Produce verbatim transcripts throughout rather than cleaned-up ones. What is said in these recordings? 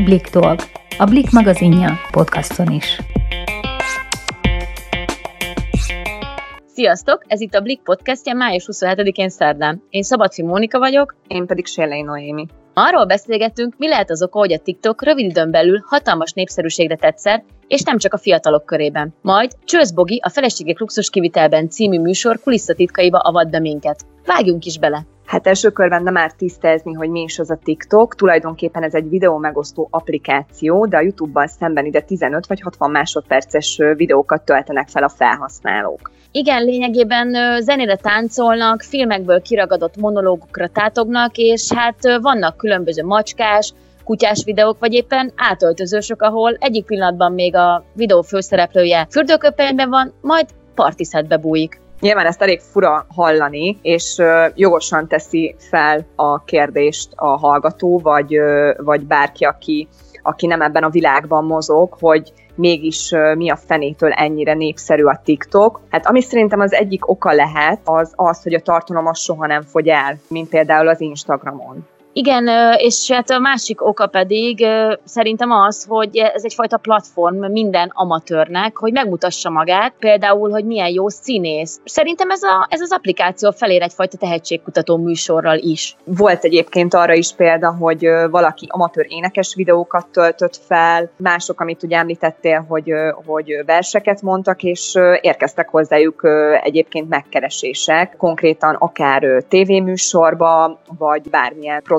Blik Talk, a Blik magazinja podcaston is. Sziasztok! Ez itt a Blik podcastja május huszonhetedikén szerdán. Én Szabadfi Mónika vagyok. Én pedig Sérlei Noémi. Arról beszélgettünk, mi lehet az oka, hogy a TikTok rövid időn belül hatalmas népszerűségre tett szert, és nem csak a fiatalok körében. Majd Csősz Bogi, a Feleségek luxus kivitelben című műsor kulisszatitkaiba avat be minket. Vágjunk is bele! Hát első körben nem árt tisztázni, hogy mi is az a TikTok. Tulajdonképpen ez egy videó megosztó applikáció, de a YouTube-bal szemben ide tizenöt vagy hatvan másodperces videókat töltenek fel a felhasználók. Igen, lényegében zenére táncolnak, filmekből kiragadott monológokra tátognak, és hát vannak különböző macskás, kutyás videók, vagy éppen átöltözősök, ahol egyik pillanatban még a videó főszereplője fürdőköpenyben van, majd partiszetbe bújik. Nyilván ezt elég fura hallani, és uh, jogosan teszi fel a kérdést a hallgató, vagy, uh, vagy bárki, aki, aki nem ebben a világban mozog, hogy mégis uh, mi a fenétől ennyire népszerű a TikTok. Hát ami szerintem az egyik oka lehet, az az, hogy a tartalom az soha nem fogy el, mint például az Instagramon. Igen, és hát a másik oka pedig szerintem az, hogy ez egyfajta platform minden amatőrnek, hogy megmutassa magát, például, hogy milyen jó színész. Szerintem ez, a, ez az applikáció felér egyfajta tehetségkutató műsorral is. Volt egyébként arra is példa, hogy valaki amatőr énekes videókat töltött fel, mások, amit ugye említettél, hogy, hogy verseket mondtak, és érkeztek hozzájuk egyébként megkeresések, konkrétan akár tévéműsorba, vagy bármilyen produkcióhoz.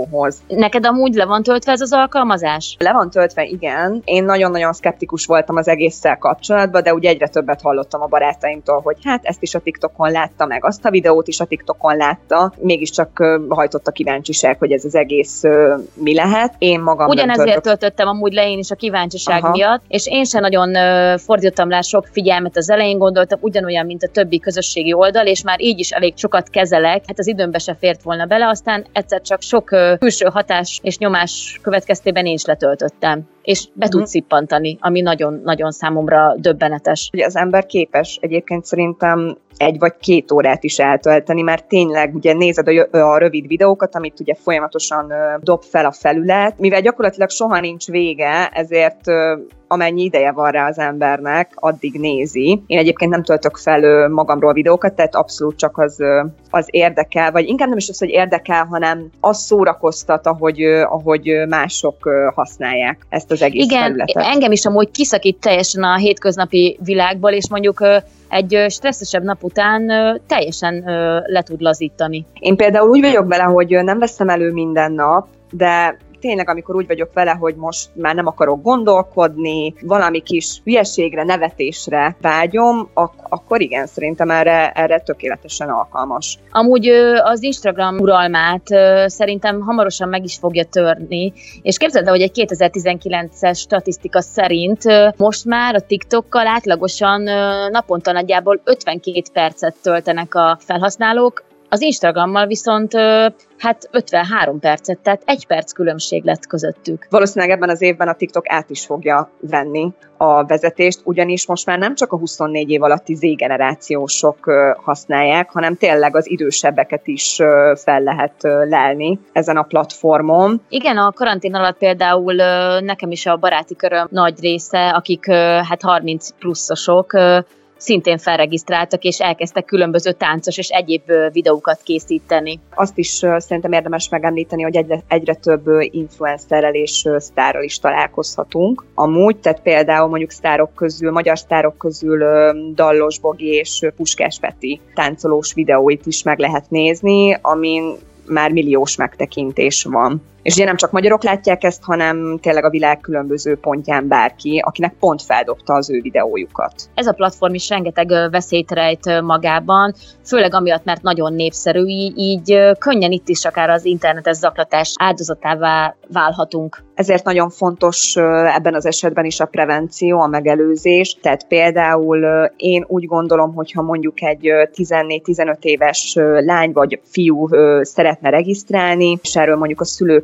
Neked amúgy le van töltve ez az alkalmazás? Le van töltve, igen. Én nagyon-nagyon szkeptikus voltam az egésszel kapcsolatban, de ugye egyre többet hallottam a barátaimtól, hogy hát ezt is a TikTokon látta, meg azt a videót is a TikTokon látta. Mégiscsak uh, hajtott a kíváncsiság, hogy ez az egész uh, mi lehet. Én magam Ugyanezért töltök... töltöttem amúgy le én is a kíváncsiság Aha. miatt, és én sem nagyon uh, fordítottam rá sok figyelmet az elején, gondoltam ugyanolyan, mint a többi közösségi oldal, és már így is elég sokat kezelek, hát az időmbe se fért volna bele, aztán egyszer csak sok uh, külső hatás és nyomás következtében én is letöltöttem, és be uh-huh. tud szippantani, ami nagyon-nagyon számomra döbbenetes. Ugye az ember képes egyébként szerintem egy vagy két órát is eltölteni, mert tényleg ugye nézed a, a rövid videókat, amit ugye folyamatosan uh, dob fel a felület, mivel gyakorlatilag soha nincs vége, ezért uh, amennyi ideje van rá az embernek, addig nézi. Én egyébként nem töltök fel uh, magamról videókat, tehát abszolút csak az, uh, az érdekel, vagy inkább nem is az, hogy érdekel, hanem az szórakoztat, ahogy, uh, ahogy mások uh, használják ezt az egész Igen, felületet. Engem is amúgy kiszakít teljesen a hétköznapi világból, és mondjuk uh, egy stresszesebb nap után uh, teljesen uh, le tud lazítani. Én például úgy vagyok vele, hogy nem veszem elő minden nap, de tényleg, amikor úgy vagyok vele, hogy most már nem akarok gondolkodni, valami kis hülyeségre, nevetésre vágyom, ak- akkor igen, szerintem erre, erre tökéletesen alkalmas. Amúgy az Instagram uralmát szerintem hamarosan meg is fogja törni, és képzeld el, hogy egy kétezer-tizenkilences statisztika szerint most már a TikTokkal átlagosan naponta nagyjából ötvenkét percet töltenek a felhasználók, az Instagrammal viszont hát ötvenhárom percet, tehát egy perc különbség lett közöttük. Valószínűleg ebben az évben a TikTok át is fogja venni a vezetést, ugyanis most már nem csak a huszonnégy év alatti Z-generációsok használják, hanem tényleg az idősebbeket is fel lehet lelni ezen a platformon. Igen, a karantén alatt például nekem is a baráti köröm nagy része, akik hát harminc pluszosok, szintén felregisztráltak, és elkezdtek különböző táncos és egyéb videókat készíteni. Azt is uh, szerintem érdemes megemlíteni, hogy egyre, egyre több uh, influencerrel és uh, sztárral is találkozhatunk. Amúgy, tehát például mondjuk sztárok közül, magyar sztárok közül uh, Dallos Bogi és uh, Puskás Peti táncolós videóit is meg lehet nézni, amin már milliós megtekintés van. És ugye nem csak magyarok látják ezt, hanem tényleg a világ különböző pontján bárki, akinek pont feldobta az ő videójukat. Ez a platform is rengeteg veszélyt rejt magában, főleg amiatt, mert nagyon népszerű, így könnyen itt is akár az internetes zaklatás áldozatává válhatunk. Ezért nagyon fontos ebben az esetben is a prevenció, a megelőzés. Tehát például én úgy gondolom, hogyha mondjuk egy tizennégy-tizenöt éves lány vagy fiú szeretne regisztrálni, és erről mondjuk a szülők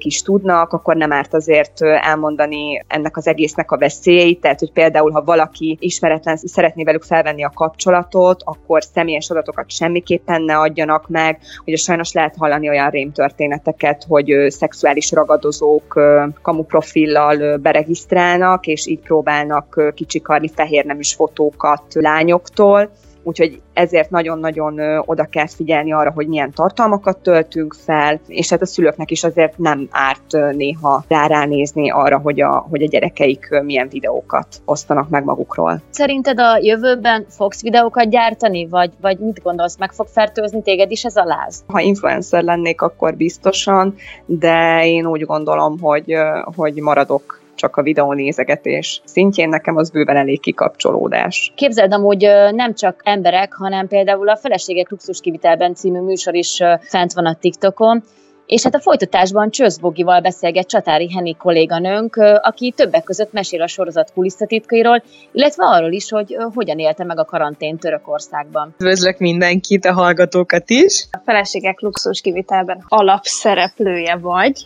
ők is tudnak, akkor nem árt azért elmondani ennek az egésznek a veszélyeit, tehát hogy például, ha valaki ismeretlen szeretné velük felvenni a kapcsolatot, akkor személyes adatokat semmiképpen ne adjanak meg. Ugye sajnos lehet hallani olyan rémtörténeteket, hogy szexuális ragadozók kamuprofillal beregisztrálnak, és így próbálnak kicsikarni fehérneműs fotókat lányoktól. Úgyhogy ezért nagyon-nagyon oda kell figyelni arra, hogy milyen tartalmakat töltünk fel, és hát a szülőknek is azért nem árt néha ránézni arra, hogy a, hogy a gyerekeik milyen videókat osztanak meg magukról. Szerinted a jövőben fogsz videókat gyártani, vagy, vagy mit gondolsz, meg fog fertőzni téged is ez a láz? Ha influencer lennék, akkor biztosan, de én úgy gondolom, hogy, hogy maradok csak a videónézegetés szintjén, nekem az bőven elég kikapcsolódás. Képzeld, amúgy nem csak emberek, hanem például a Feleségek luxuskivitelben című műsor is fent van a TikTokon, és hát a folytatásban Csösz Bogival beszélget Csatári Henni kolléganőnk, aki többek között mesél a sorozat kulisszatitkairól, illetve arról is, hogy hogyan élte meg a karantén Törökországban. Üdvözlök mindenkit, a hallgatókat is! A Feleségek luxuskivitelben alapszereplője vagy.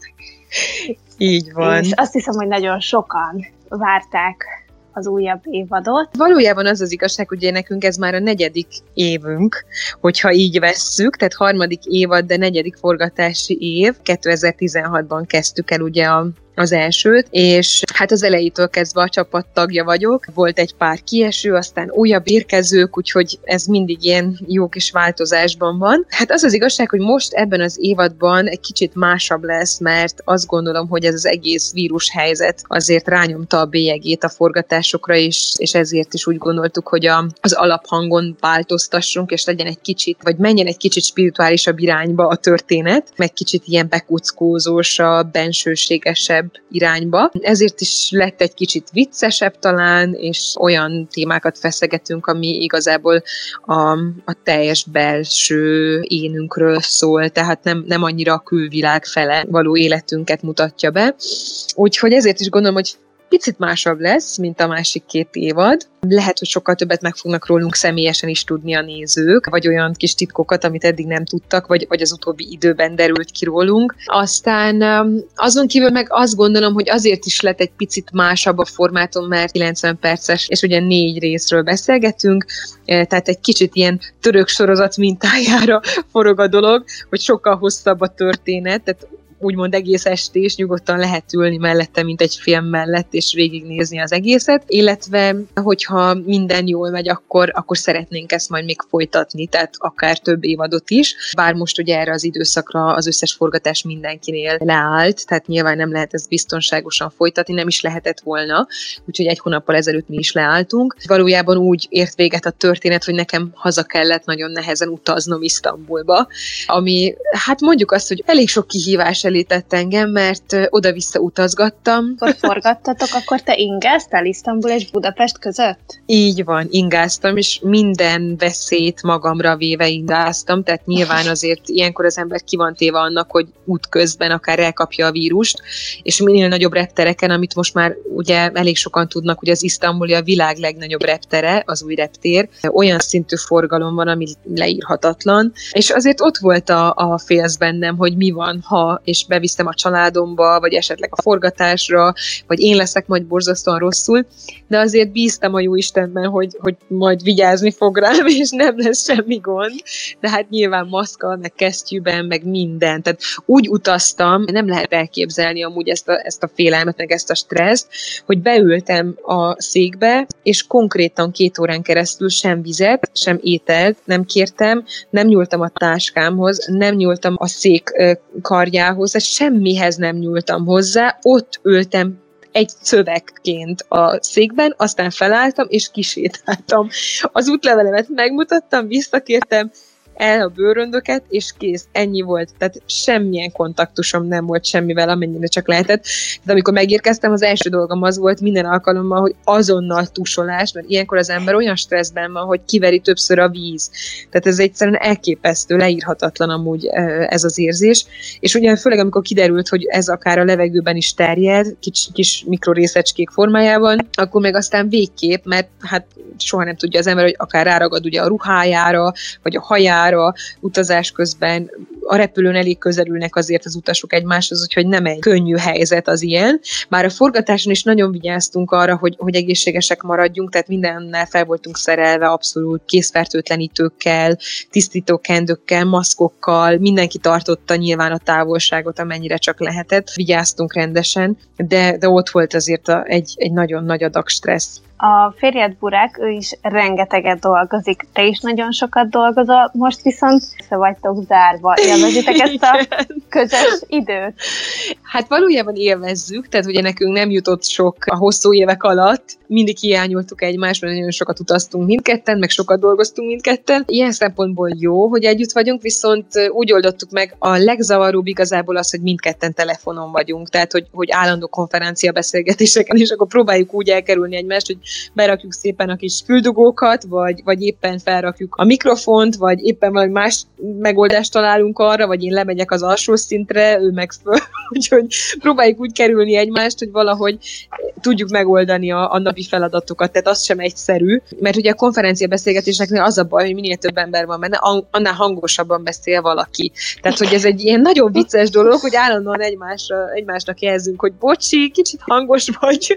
Így van. És azt hiszem, hogy nagyon sokan várták az újabb évadot. Valójában az az igazság, hogy nekünk ez már a negyedik évünk, hogyha így vesszük, tehát harmadik évad, de negyedik forgatási év. kétezer-tizenhatban kezdtük el ugye a az elsőt, és hát az elejétől kezdve a csapat tagja vagyok. Volt egy pár kieső, aztán újabb érkezők, úgyhogy ez mindig ilyen jó kis változásban van. Hát az az igazság, hogy most ebben az évadban egy kicsit másabb lesz, mert azt gondolom, hogy ez az egész vírus helyzet azért rányomta a bélyegét a forgatásokra, és, és ezért is úgy gondoltuk, hogy a, az alaphangon változtassunk, és legyen egy kicsit, vagy menjen egy kicsit spirituálisabb irányba a történet, meg kicsit ilyen bekuckózósabb, bensőségesebb irányba. Ezért is lett egy kicsit viccesebb talán, és olyan témákat feszegetünk, ami igazából a, a teljes belső énünkről szól, tehát nem, nem annyira a külvilág fele való életünket mutatja be. Úgyhogy ezért is gondolom, hogy picit másabb lesz, mint a másik két évad. Lehet, hogy sokkal többet meg fognak rólunk személyesen is tudni a nézők, vagy olyan kis titkokat, amit eddig nem tudtak, vagy, vagy az utóbbi időben derült ki rólunk. Aztán azon kívül meg azt gondolom, hogy azért is lett egy picit másabb a formátum, mert kilencven perces, és ugye négy részről beszélgetünk, tehát egy kicsit ilyen török sorozat mintájára forog a dolog, hogy sokkal hosszabb a történet, tehát úgymond egész estés, nyugodtan lehet ülni mellette, mint egy film mellett, és végignézni az egészet, illetve, hogyha minden jól megy, akkor, akkor szeretnénk ezt majd még folytatni, tehát akár több évadot is, bár most ugye erre az időszakra az összes forgatás mindenkinél leállt, tehát nyilván nem lehet ezt biztonságosan folytatni, nem is lehetett volna, úgyhogy egy hónappal ezelőtt mi is leálltunk. Valójában úgy ért véget a történet, hogy nekem haza kellett nagyon nehezen utaznom Isztambulba, ami, hát mondjuk azt, hogy elég sok kihívás elé tett engem, mert oda-vissza utazgattam. Akkor forgattatok, akkor te ingáztál Isztambul és Budapest között? Így van, ingáztam, és minden veszélyt magamra véve ingáztam, tehát nyilván azért ilyenkor az ember ki van téve annak, hogy útközben akár elkapja a vírust, és minél nagyobb reptereken, amit most már ugye elég sokan tudnak, hogy az isztambuli a világ legnagyobb reptere, az új reptér, olyan szintű forgalom van, ami leírhatatlan, és azért ott volt a, a félsz bennem, hogy mi van, ha, és beviszem a családomba, vagy esetleg a forgatásra, vagy én leszek majd borzasztóan rosszul, de azért bíztam a jó Istenben, hogy, hogy majd vigyázni fog rám, és nem lesz semmi gond, de hát nyilván maszkkal, meg kesztyűben, meg minden, tehát úgy utaztam, nem lehet elképzelni amúgy ezt a, ezt a félelmet, meg ezt a stresszt, hogy beültem a székbe, és konkrétan két órán keresztül sem vizet, sem ételt nem kértem, nem nyúltam a táskámhoz, nem nyúltam a szék karjához, semmihez nem nyúltam hozzá, ott ültem egy szövegként a székben, aztán felálltam, és kisétáltam. Az útlevelemet megmutattam, visszakértem, el a bőröndöket, és kész, ennyi volt. Tehát semmilyen kontaktusom nem volt semmivel, amennyire csak lehetett. De amikor megérkeztem, az első dolgom az volt minden alkalommal, hogy azonnal tusolás, mert ilyenkor az ember olyan stresszben van, hogy kiveri többször a víz. Tehát ez egyszerűen elképesztő, leírhatatlan amúgy ez az érzés. És ugye főleg amikor kiderült, hogy ez akár a levegőben is terjed, kis, kis mikrorészecskék formájában, akkor meg aztán végképp, mert hát soha nem tudja az ember, hogy akár ráragad ugye a ruhájára, vagy a hajára, órára utazás közben, a repülőn elég közelülnek azért az utasok egymáshoz, úgyhogy nem egy könnyű helyzet az ilyen. Már a forgatáson is nagyon vigyáztunk arra, hogy, hogy egészségesek maradjunk, tehát mindennel fel voltunk szerelve abszolút készfertőtlenítőkkel, tisztítókendőkkel, maszkokkal, mindenki tartotta nyilván a távolságot, amennyire csak lehetett. Vigyáztunk rendesen, de, de ott volt azért a, egy, egy nagyon nagy adag stressz. A férjed Burák, ő is rengeteget dolgozik. Te is nagyon sokat dolgozol, most viszont össze vagytok zárva. Élvezitek ezt a közös időt? Hát valójában élvezzük, tehát ugye nekünk nem jutott sok a hosszú évek alatt. Mindig hiányoltuk egymást, mert nagyon sokat utaztunk mindketten, meg sokat dolgoztunk mindketten. Ilyen szempontból jó, hogy együtt vagyunk, viszont úgy oldottuk meg, a legzavaróbb igazából az, hogy mindketten telefonon vagyunk, tehát hogy, hogy állandó konferencia beszélgetéseken, és akkor próbáljuk úgy elkerülni egymást, hogy berakjuk szépen a kis küldugókat, vagy, vagy éppen felrakjuk a mikrofont, vagy éppen valami más megoldást találunk arra, vagy én lemegyek az alsó szintre, ő meg föl. Úgyhogy próbáljuk úgy kerülni egymást, hogy valahogy tudjuk megoldani a, a napi feladatokat, tehát az sem egyszerű, mert ugye a konferencia beszélgetéseknél az a baj, hogy minél több ember van benne, annál hangosabban beszél valaki. Tehát, hogy ez egy ilyen nagyon vicces dolog, hogy állandóan egymásra, egymásnak jelzünk, hogy bocsi, kicsit hangos vagy,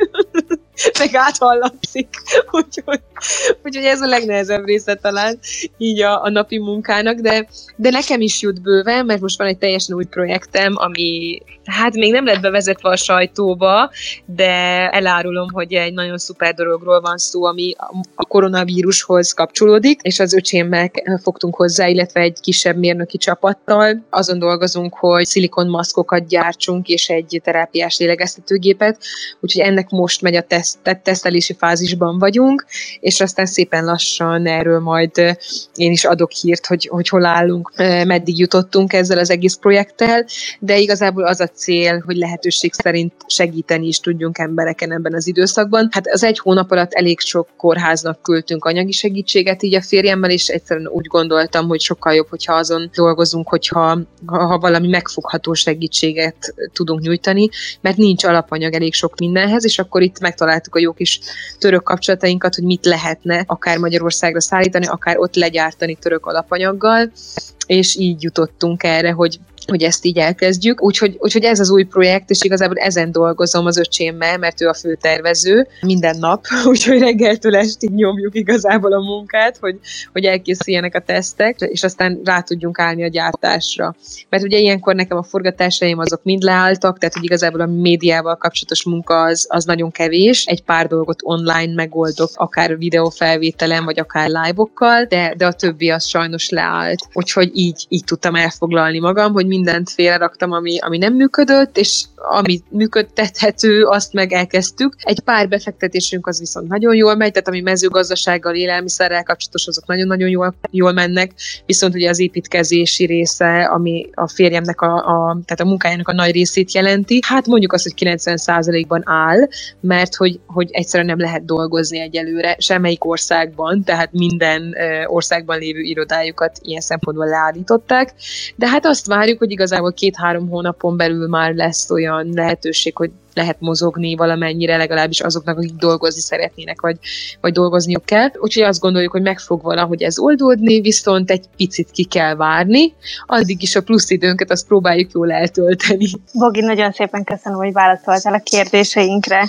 meg áthallatszik. Úgyhogy, úgyhogy ez a legnehezebb része talán így a, a napi munkának, de, de nekem is jut bőven, mert most van egy teljesen új projektem, ami hát még nem lett bevezetve a sajtóba, de elárulom, hogy egy nagyon szuper dologról van szó, ami a koronavírushoz kapcsolódik, és az öcsémmel fogtunk hozzá, illetve egy kisebb mérnöki csapattal. Azon dolgozunk, hogy szilikonmaszkokat gyártsunk, és egy terápiás lélegeztetőgépet, úgyhogy ennek most megy a teszt, tesztelési fázisban vagyunk, és aztán szépen lassan erről majd én is adok hírt, hogy, hogy hol állunk, meddig jutottunk ezzel az egész projekttel, de igazából az a cél, hogy lehetőség szerint segíteni is tudjunk embereken ebben az időszakban. Hát az egy hónap alatt elég sok kórháznak küldtünk anyagi segítséget így a férjemmel, és egyszerűen úgy gondoltam, hogy sokkal jobb, hogyha azon dolgozunk, hogyha ha valami megfogható segítséget tudunk nyújtani, mert nincs alapanyag elég sok mindenhez, és akkor itt megtaláltuk a jó kis török kapcsolatainkat, hogy mit lehetne akár Magyarországra szállítani, akár ott legyártani török alapanyaggal, és így jutottunk erre, hogy hogy ezt így elkezdjük. Úgyhogy, úgyhogy ez az új projekt, és igazából ezen dolgozom az öcsémmel, mert ő a főtervező minden nap, úgyhogy reggeltől estig nyomjuk igazából a munkát, hogy, hogy elkészüljenek a tesztek, és aztán rá tudjunk állni a gyártásra. Mert ugye ilyenkor nekem a forgatásaim azok mind leálltak, tehát hogy igazából a médiával kapcsolatos munka az, az nagyon kevés. Egy pár dolgot online megoldok, akár videófelvételen, vagy akár live-okkal, de, de a többi az sajnos leállt. Úgyhogy így, így tudtam elfoglalni magam, hogy mindent félreraktam, ami, ami nem működött, és ami működtethető, azt meg elkezdtük. Egy pár befektetésünk az viszont nagyon jól megy, tehát ami mezőgazdasággal, élelmiszerrel kapcsolatos, azok nagyon-nagyon jól, jól mennek, viszont ugye az építkezési része, ami a férjemnek a, a, tehát a munkájának a nagy részét jelenti, hát mondjuk azt, hogy kilencven százalékban áll, mert hogy, hogy egyszerűen nem lehet dolgozni egyelőre semmelyik országban, tehát minden országban lévő irodájukat ilyen szempontból leállították, de hát azt várjuk, hogy igazából két-három hónapon belül már lesz olyan lehetőség, hogy lehet mozogni valamennyire, legalábbis azoknak, akik dolgozni szeretnének, vagy, vagy dolgozniuk kell. Úgyhogy azt gondoljuk, hogy meg fog valahogy ez oldódni, viszont egy picit ki kell várni, addig is a plusz időnket azt próbáljuk jól eltölteni. Bogi, nagyon szépen köszönöm, hogy válaszoltál a kérdéseinkre.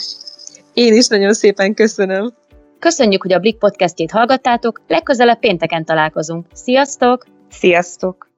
Én is nagyon szépen köszönöm. Köszönjük, hogy a Blik podcastjét hallgattátok, legközelebb pénteken találkozunk. Sziasztok! Sziasztok!